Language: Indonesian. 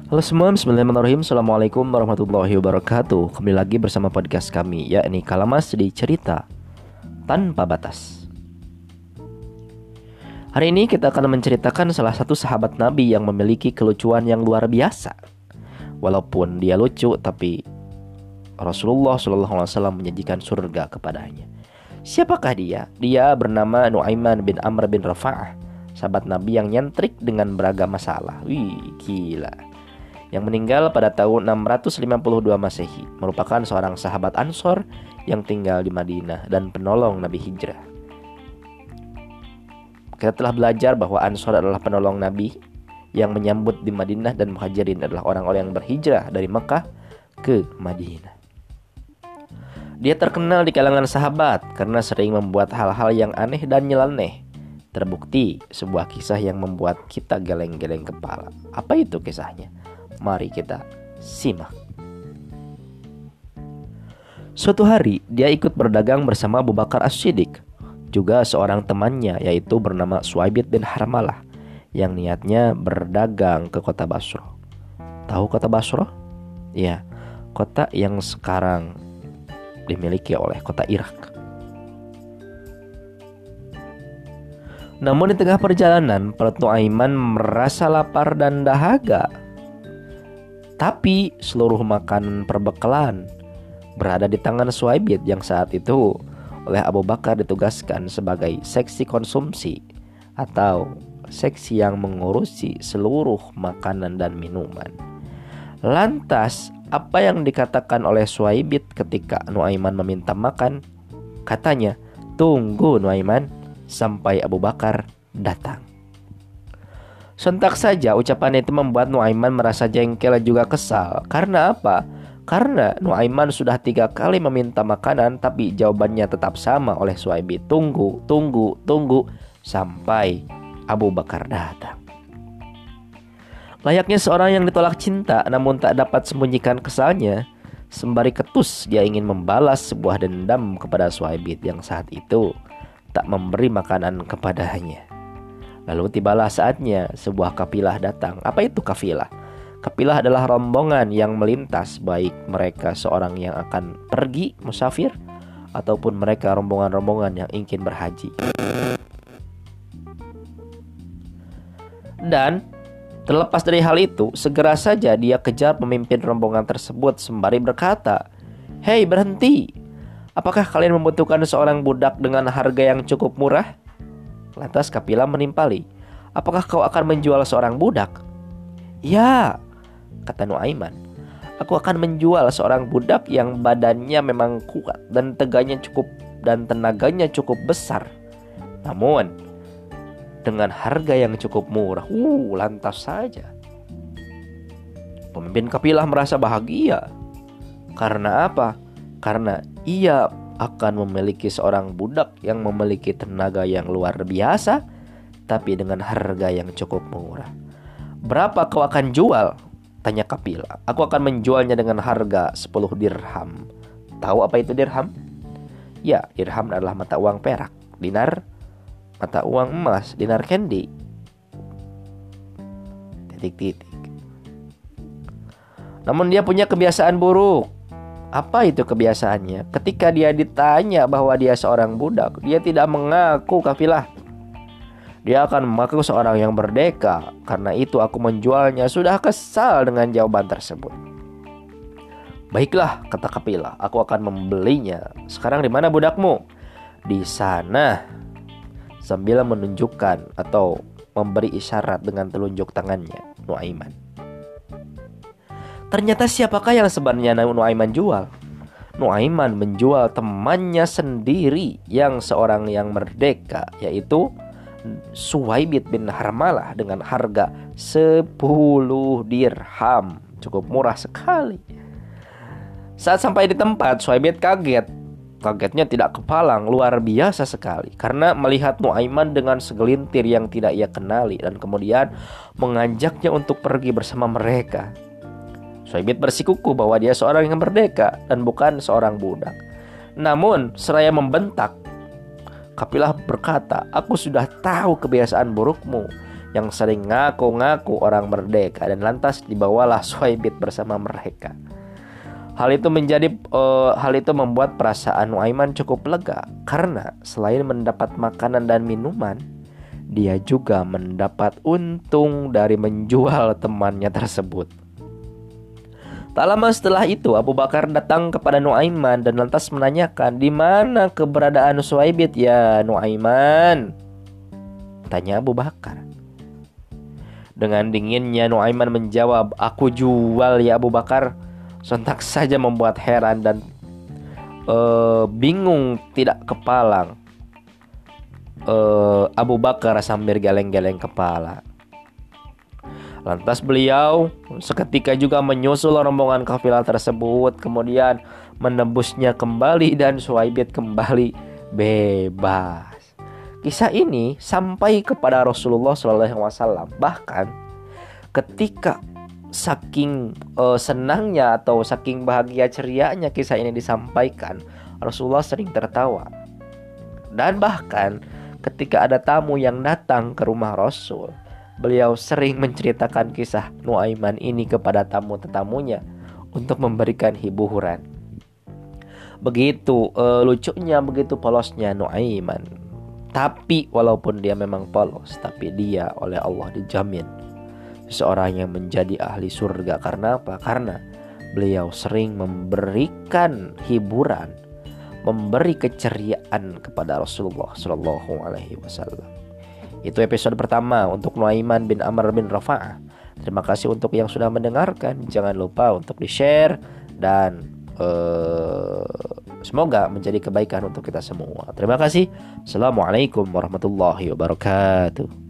Halo semua, bismillahirrahmanirrahim. Assalamualaikum warahmatullahi wabarakatuh. Kembali lagi bersama podcast kami, yakni Kalamas di Cerita Tanpa Batas. Hari ini kita akan menceritakan salah satu sahabat Nabi yang memiliki kelucuan yang luar biasa. Walaupun dia lucu, tapi Rasulullah SAW menjanjikan surga kepadanya. Siapakah dia? Dia bernama Nuaiman bin Amr bin Rafa'ah, sahabat Nabi yang nyentrik dengan beragam masalah. Wih, gila. Yang meninggal pada tahun 652 Masehi, merupakan seorang sahabat Ansor yang tinggal di Madinah dan penolong Nabi hijrah. Kita telah belajar bahwa Ansor adalah penolong Nabi yang menyambut di Madinah, dan Muhajirin adalah orang-orang yang berhijrah dari Mekah ke Madinah. Dia terkenal di kalangan sahabat karena sering membuat hal-hal yang aneh dan nyeleneh. Terbukti sebuah kisah yang membuat kita geleng-geleng kepala. Apa itu kisahnya? Mari kita simak. Suatu hari dia ikut berdagang bersama Abu Bakar As-Siddiq, juga seorang temannya yaitu bernama Suaibit bin Harmalah, yang niatnya berdagang ke kota Basra. Tahu kota Basra? Ya, kota yang sekarang dimiliki oleh kota Irak. Namun di tengah perjalanan, perut Nuaiman merasa lapar dan dahaga. Tapi seluruh makanan perbekalan berada di tangan Suaibit yang saat itu oleh Abu Bakar ditugaskan sebagai seksi konsumsi atau seksi yang mengurusi seluruh makanan dan minuman. Lantas, apa yang dikatakan oleh Suaibit ketika Nuaiman meminta makan? Katanya, "Tunggu Nuaiman sampai Abu Bakar datang." Sontak saja ucapan itu membuat Nuaiman merasa jengkel juga kesal. Karena apa? Karena Nuaiman sudah 3 kali meminta makanan, tapi jawabannya tetap sama oleh Suaibit. Tunggu sampai Abu Bakar datang. Layaknya seorang yang ditolak cinta namun tak dapat sembunyikan kesalnya, sembari ketus dia ingin membalas sebuah dendam kepada Suaibit yang saat itu tak memberi makanan kepadanya. Lalu tibalah saatnya sebuah kafilah datang. Apa itu kafilah? Kafilah adalah rombongan yang melintas, baik mereka seorang yang akan pergi musafir ataupun mereka rombongan-rombongan yang ingin berhaji. Dan terlepas dari hal itu, segera saja dia kejar pemimpin rombongan tersebut sembari berkata, "Hei, berhenti! Apakah kalian membutuhkan seorang budak dengan harga yang cukup murah?" Lantas kafilah menimpali, "Apakah kau akan menjual seorang budak?" "Ya," kata Nuaiman, "aku akan menjual seorang budak yang badannya memang kuat dan tenaganya cukup besar. Namun dengan harga yang cukup murah." Lantas saja pemimpin kafilah merasa bahagia. Karena apa? Karena ia akan memiliki seorang budak yang memiliki tenaga yang luar biasa, tapi dengan harga yang cukup murah. "Berapa kau akan jual?" tanya kafilah. "Aku akan menjualnya dengan harga 10 dirham. Tahu apa itu dirham? Ya, dirham adalah mata uang perak. Dinar, mata uang emas. Dinar candy. Titik-titik. Namun dia punya kebiasaan buruk. Apa itu kebiasaannya? Ketika dia ditanya bahwa dia seorang budak, dia tidak mengaku kafilah. Dia akan mengaku seorang yang merdeka. Karena itu aku menjualnya." Sudah kesal dengan jawaban tersebut. "Baiklah," kata kafilah, "aku akan membelinya. Sekarang di mana budakmu?" "Di sana," sambil menunjukkan atau memberi isyarat dengan telunjuk tangannya Nuaiman. Ternyata siapakah yang sebenarnya Nuaiman jual? Nuaiman menjual temannya sendiri yang seorang yang merdeka, yaitu Suaibit bin Harmalah, dengan harga 10 dirham. Cukup murah sekali. Saat sampai di tempat, Suaibit kaget. Kagetnya tidak kepalang, luar biasa sekali, karena melihat Nuaiman dengan segelintir yang tidak ia kenali, dan kemudian mengajaknya untuk pergi bersama mereka. Suaibit bersikukuh bahwa dia seorang yang merdeka dan bukan seorang budak. Namun seraya membentak, kafilah berkata, "Aku sudah tahu kebiasaan burukmu. yang sering ngaku-ngaku orang merdeka, dan lantas dibawalah Suhaibit bersama mereka. Hal itu membuat perasaan Nuaiman cukup lega, karena selain mendapat makanan dan minuman, dia juga mendapat untung dari menjual temannya tersebut. Tak lama setelah itu, Abu Bakar datang kepada Nuaiman dan lantas menanyakan, "Di mana keberadaan Suhaibit ya Nuaiman?" tanya Abu Bakar. Dengan dinginnya Nuaiman menjawab, "Aku jual ya Abu Bakar." Sontak saja membuat heran dan bingung tidak kepalang Abu Bakar sambil geleng-geleng kepala. Lantas beliau seketika juga menyusul rombongan kafilah tersebut, kemudian menembusnya kembali dan Suhaibit kembali bebas. Kisah ini sampai kepada Rasulullah SAW. Bahkan ketika saking senangnya atau saking bahagia cerianya kisah ini disampaikan, Rasulullah sering tertawa. Dan bahkan ketika ada tamu yang datang ke rumah Rasul, beliau sering menceritakan kisah Nuaiman ini kepada tamu-tetamunya untuk memberikan hiburan. Begitu lucunya, begitu polosnya Nuaiman. Tapi walaupun dia memang polos, tapi dia oleh Allah dijamin seorang yang menjadi ahli surga. Karena apa? Karena beliau sering memberikan hiburan, memberi keceriaan kepada Rasulullah Shallallahu Alaihi Wasallam. Itu episode pertama untuk Nuaiman bin Amr bin Rafa'ah. Terima kasih untuk yang sudah mendengarkan. Jangan lupa untuk di-share dan semoga menjadi kebaikan untuk kita semua. Terima kasih. Assalamualaikum warahmatullahi wabarakatuh.